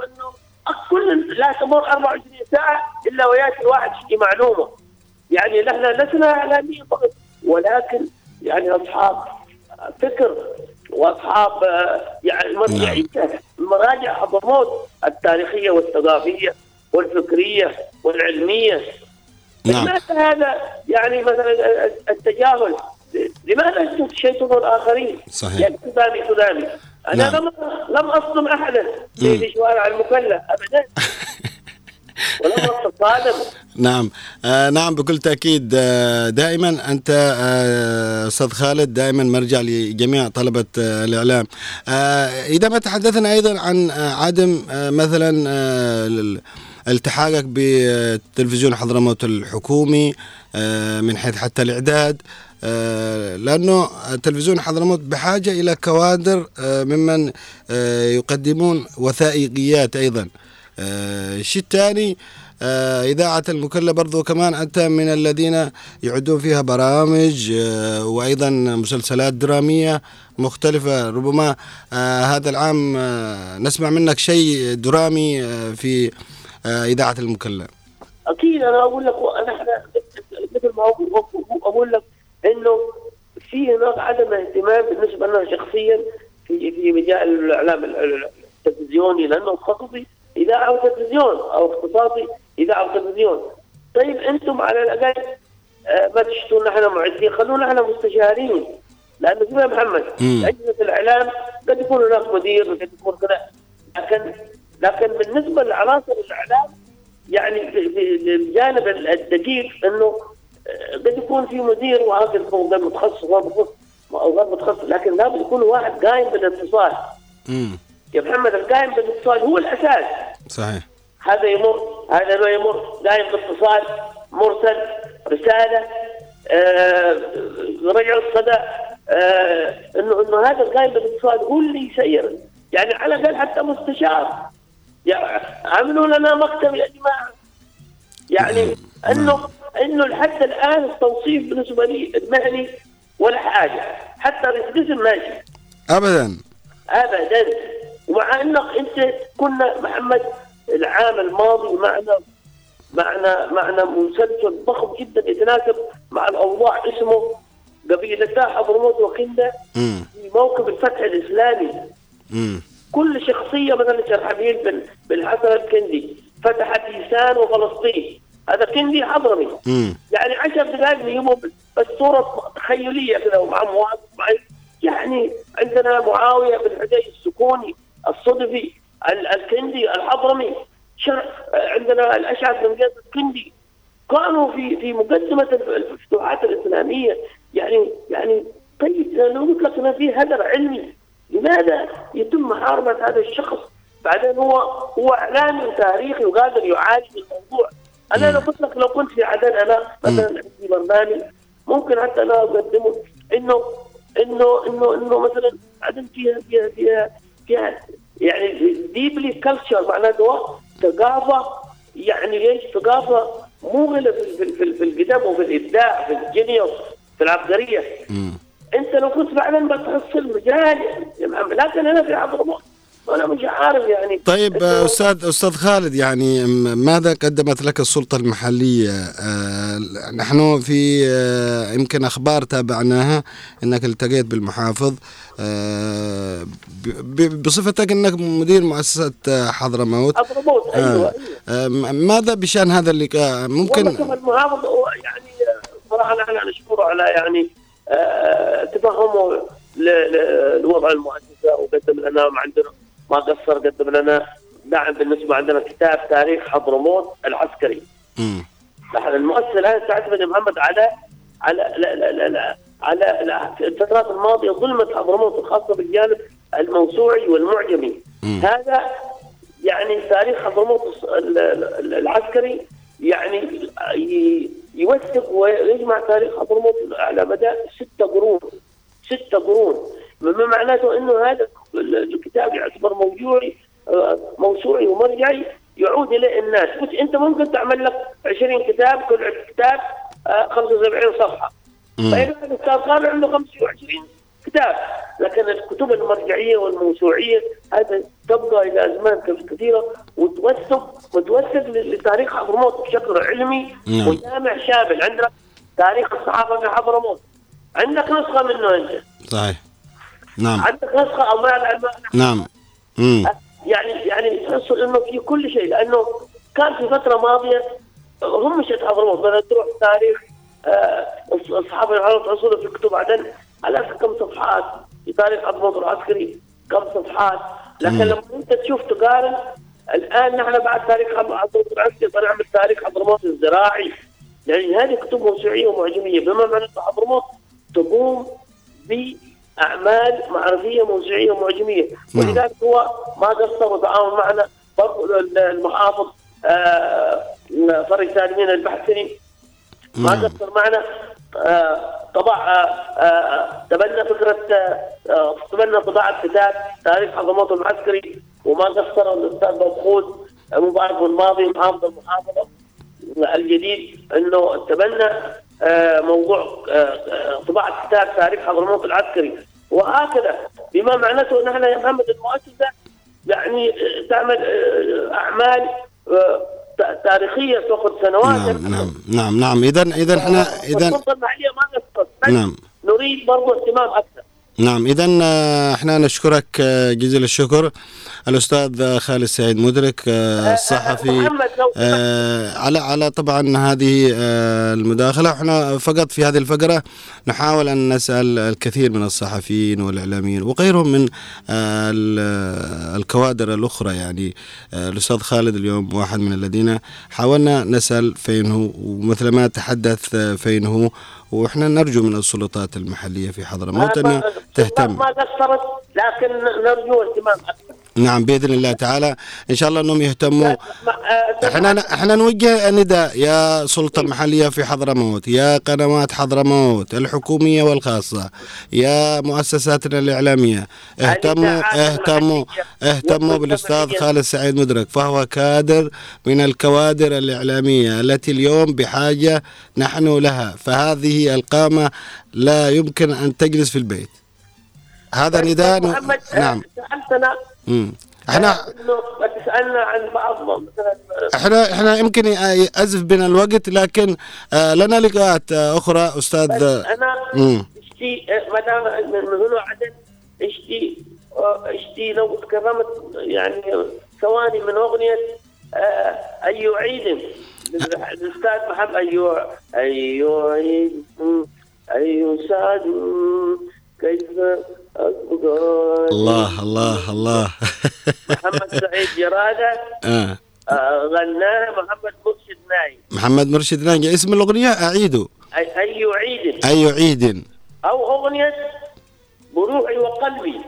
كل لا تمر 24 ساعه الا وياتي واحد يشتي معلومه. يعني نحن لسنا اعلاميين فقط، ولكن يعني اصحاب فكر واصحاب يعني مرجعيه، المراجع حضرموت التاريخيه والثقافيه والفكريه والعلميه. لماذا هذا يعني مثلا التجاهل؟ لماذا تشيطون الآخرين؟ صحيح. يعني سوداني أنا لم أصدم أحدا في شوارع المكلا أبدا ولم أتصادم. نعم بكل تأكيد. دائما أنت أستاذ خالد دائما مرجع لجميع طلبة الإعلام. إذا ما تحدثنا أيضا عن عدم مثلا التحاقك بالتلفزيون حضرموت الحكومي من حيث حتى الإعداد، لأنه التلفزيون حضرموت بحاجة إلى كوادر ممن يقدمون وثائقيات أيضا. الشيء الثاني إذاعة المكلا برضو كمان أنت من الذين يعدون فيها برامج وأيضا مسلسلات درامية مختلفة. ربما هذا العام نسمع منك شيء درامي في إذاعة المكلا. أكيد. أنا أقول لك، أنا مثل ما أقول لك إنه في هناك عدم اهتمام بالنسبة لنا شخصيا في مجال الإعلام التلفزيوني، لأنه تخصصي إذاعة وتلفزيون أو اختصاصي إذاعة وتلفزيون. طيب أنتم على الأقل ما تشتون نحن معدين، خلونا نحن مستشارين، لأنه زي ما محمد أجهزة الإعلام قد يكون هناك مدير وقد يكون كذا، لكن بالنسبة لعناصر الإعلام يعني في الجانب الدقيق إنه قد يكون في مدير وهذا يكون غير متخصص أو غير متخصص، لكن لابد يكون واحد قائم بالاتصال. يا محمد القائم بالاتصال هو الأساس. صحيح. هذا يمر، هذا ما يمر، قائم بالاتصال، مرسل رسالة، رجع الصدى، إنه هذا القائم بالاتصال هو اللي يسير. يعني على الأقل حتى مستشار، يعني عملوا لنا مكتب يا جماعة. يعني إنه لحد الآن التوصيف بالنسبة لي المهني ولا حاجة، حتى الاسم ماشي أبدا. ومع أنك أنت كنا محمد العام الماضي معنا مسلسل ضخم جدا يتناسب مع الأوضاع، اسمه قبيلتا حضرموت وكندا في موكب الفتح الإسلامي. كل شخصية مثلا شرحبيل بن حسن الكندي فتحت لسان وفلسطين، هذا كندي حضرمي. يعني 10 دقائق يجيبوا بس صورة تخيلية كذا ومع مواقف معي. يعني عندنا معاوية بن حدي السكوني الصدفي الكندي الحضرمي، عندنا الأشعث بن قيس الكندي، كانوا في مقدمة الفتوحات الإسلامية. يعني طيب لو قلت لك ما في هدر علمي، لماذا يتم محاربة هذا الشخص؟ بعدين هو إعلامي وتاريخي وقادر يعالج الموضوع. أنا لو قلت لك، لو كنت في عدن أنا مثلا عندي برنامج ممكن حتى أنا أقدمه إنه مثلا عدن فيها يعني ديبلي كلتشر، معناته ثقافة، يعني ايش ثقافة موغلة في القدم وفي الإبداع، في الجينيوس، في العبقرية. أنت لو كنت فعلا بتحصل مجال يا محمد، لكن أنا في حضرموت وأنا مش عارف يعني. طيب أستاذ خالد، يعني ماذا قدمت لك السلطة المحلية؟ نحن في يمكن أخبار تابعناها أنك التقيت بالمحافظ بصفتك أنك مدير مؤسسة حضرموت. أيوة. ماذا بشأن هذا اللقاء؟ ممكن المحافظ يعني صراحة نحن نشكره على يعني تفهمه لوضع المؤسسة، وقدم لنا ما قصر، قدم لنا دعم. بالنسبة عندنا كتاب تاريخ حضرموت العسكري. نحن المؤسسة الآن تعتمد محمد على على الفترات الماضية ظلمت حضرموت الخاصة بالجانب الموسوعي والمعجمي. هذا يعني تاريخ حضرموت العسكري يعني يوثق ويجمع تاريخ حضرموت على مدى 6 قرون، مما معناته انه هذا الكتاب يعتبر موسوعي ومرجعي يعود الى الناس. انت ممكن تعمل لك 20 كتاب، كل كتاب 75 صفحه، فإذا الأستاذ قال عنده 25 كتاب، لكن الكتب المرجعية والموسوعية هذا تبقى إلى أزمان كثيرة وتوثق لتاريخ حضرموت بشكل علمي وجامع شامل. عندك تاريخ الصحافة في حضرموت، عندك نسخة منه أنت صحيح. نعم. عندك نسخة أو نعم. يعني تحصل إنه في كل شيء، لأنه كان في فترة ماضية هم مشت حضرموت بدأت تروح تاريخ الصحابة يعرضوا حصوله في كتب عدن على كم صفحات في تاريخ حضرموت العسكري، كم صفحات. لكن لما انت تشوف تقارن الان نحن بعد تاريخ حضرموت العسكري نعمل تاريخ حضرموت الزراعي، يعني هذه كتب موسوعيه ومعجميه، بما معنى ان حضرموت تقوم باعمال معرفيه موسوعيه ومعجميه. ولذلك هو ما قصر وتعاون معنا برضه المحافظ فرج سالمين البحثي، ما قصر معنا، تبنى طباعة كتاب تاريخ حضرموت العسكري، وما قصر الأستاذ مبخوت مبارك الماضي محافظ المحافظة الجديد انه تبنى موضوع طباعة كتاب تاريخ حضرموت العسكري، وهكذا بما معناته نحن يا محمد المؤسسة يعني تعمل أعمال تاريخية تأخذ سنوات. نعم. إذا احنا السلطة المحلية ما قصرت، نريد برضو اهتمام أكثر. نعم. إذا احنا نشكرك جزيل الشكر الأستاذ خالد سعيد مدرك الصحفي على طبعا هذه المداخلة. احنا فقط في هذه الفقرة نحاول أن نسأل الكثير من الصحفيين والإعلاميين وغيرهم من الكوادر الأخرى. يعني الأستاذ خالد اليوم واحد من الذين حاولنا نسأل فين هو، ومثل ما تحدث فين هو، وإحنا نرجو من السلطات المحلية في حضرموت أن تهتم. ما قصرت لكن نرجو اهتمام أكثر. نعم بإذن الله تعالى إن شاء الله أنهم يهتموا. احنا نوجه نداء يا سلطة محلية في حضرموت، يا قنوات حضرموت الحكومية والخاصة، يا مؤسساتنا الإعلامية، اهتموا بالأستاذ خالد سعيد مدرك، فهو كادر من الكوادر الإعلامية التي اليوم بحاجة نحن لها، فهذه القامة لا يمكن أن تجلس في البيت. هذا نداء. نعم. احنا تسألنا عن بعض احنا يمكن يأزف بنا الوقت، لكن لنا لقاءات اخرى استاذ. انا اشتي ما دام من هنا عدن اشتي لو تكرمت يعني ثواني من اغنيه ايو عيد الاستاذ محمد ايو عيد ايو سعد كيف الله محمد سعيد جرادة غناها محمد مرشد ناي. اسم الأغنية أعيده أي عيد أو أغنية بروحي وقلبي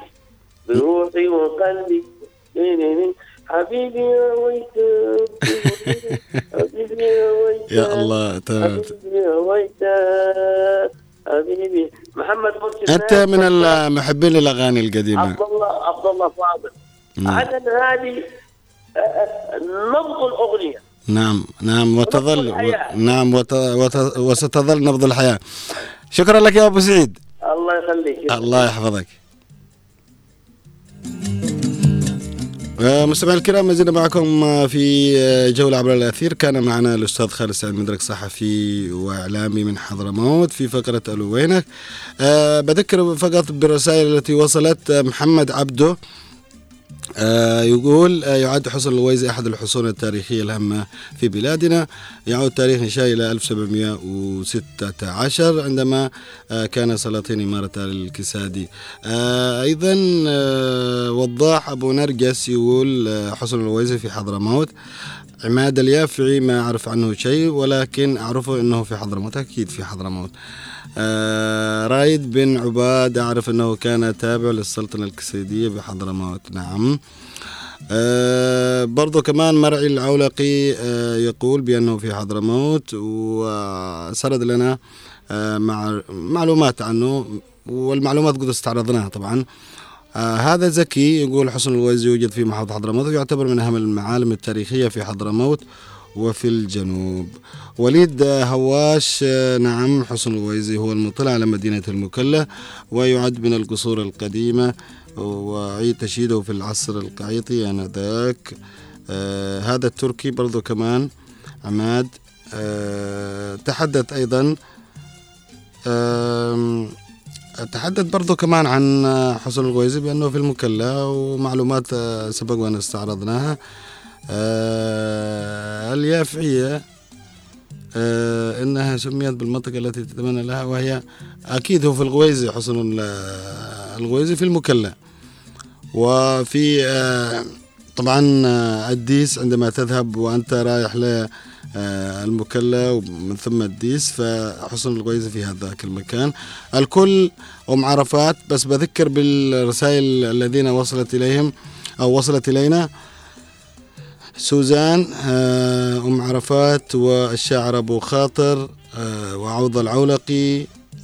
حبيبي يا ويتا حبيبي يا ويتا يا الله تمام يا ويتا حبيبي محمد مرشد. أنت من المحبين للأغاني القديمة. عبد الله فاضل. عدد هذه نبض الأغنية. نعم وتظل وستظل نبض الحياة. شكرا لك يا أبو سعيد. الله يخليك. الله يحفظك. مستمعينا الكرام ما زلنا معكم في جولة عبر الأثير. كان معنا الأستاذ خالد سعيد مدرك صحفي وإعلامي من حضرموت في فقرة ألو وينك. بذكر فقط بالرسائل التي وصلت. محمد عبده يقول يعد حصن الغويزي أحد الحصون التاريخية الهامة في بلادنا، يعود تاريخ إنشائه إلى 1716 عندما كان سلاطين إمارة الكسادي. أيضا وضاح أبو نرجس يقول حصن الغويزي في حضرموت عماد اليافعي ما أعرف عنه شيء، ولكن أعرفه أنه في حضرموت، أكيد في حضرموت. رايد بن عباد أعرف أنه كان تابع للسلطنة الكسيدية بحضرموت. نعم. برضو كمان مرعي العولقي يقول بأنه في حضرموت، وسرد لنا مع معلومات عنه، والمعلومات قد استعرضناها طبعا. هذا زكي يقول حصن الغويزي يوجد في محافظة حضرموت ويعتبر من أهم المعالم التاريخية في حضرموت وفي الجنوب. وليد هواش نعم، حصن الغويزي هو المطل على مدينة المكلا ويعد من القصور القديمة، وعيد تشييده في العصر القعيطي آنذاك. هذا التركي برضو كمان عماد تحدث أيضا، تحدث برضو كمان عن حصن الغويزي بأنه في المكلا، ومعلومات سبق وأن استعرضناها. اليافعية إنها سميت بالمنطقة التي تتمنى لها، وهي أكيد هو في الغويزي، حصن الغويزي في المكلا. وفي طبعا الديس، عندما تذهب وأنت رايح للمكلا ومن ثم الديس، فحصن الغويزي في هذاك المكان. الكل عرفات، بس بذكر بالرسائل الذين وصلت إليهم أو وصلت إلينا: سوزان، عرفات، والشاعر أبو خاطر، وعوض العولقي،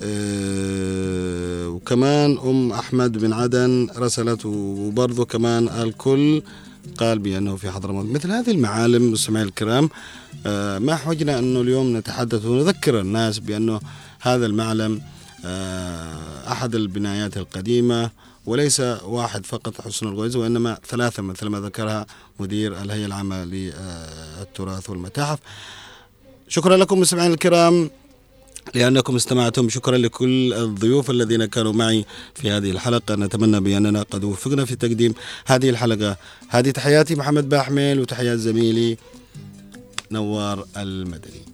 وكمان أحمد بن عدن رسلت، وبرضو كمان الكل قال بأنه في حضرموت. مثل هذه المعالم مستمعي الكرام، ما حوجنا أنه اليوم نتحدث ونذكر الناس بأنه هذا المعلم أحد البنايات القديمة، وليس واحد فقط حصن الغويزي، وإنما ثلاثة مثل ما ذكرها مدير الهيئة العامة للتراث والمتاحف. شكرا لكم مستمعين الكرام لأنكم استمعتم. شكرا لكل الضيوف الذين كانوا معي في هذه الحلقة. نتمنى بأننا قد وفقنا في تقديم هذه الحلقة. هذه تحياتي محمد باحمل، وتحيات زميلي نوار المدني.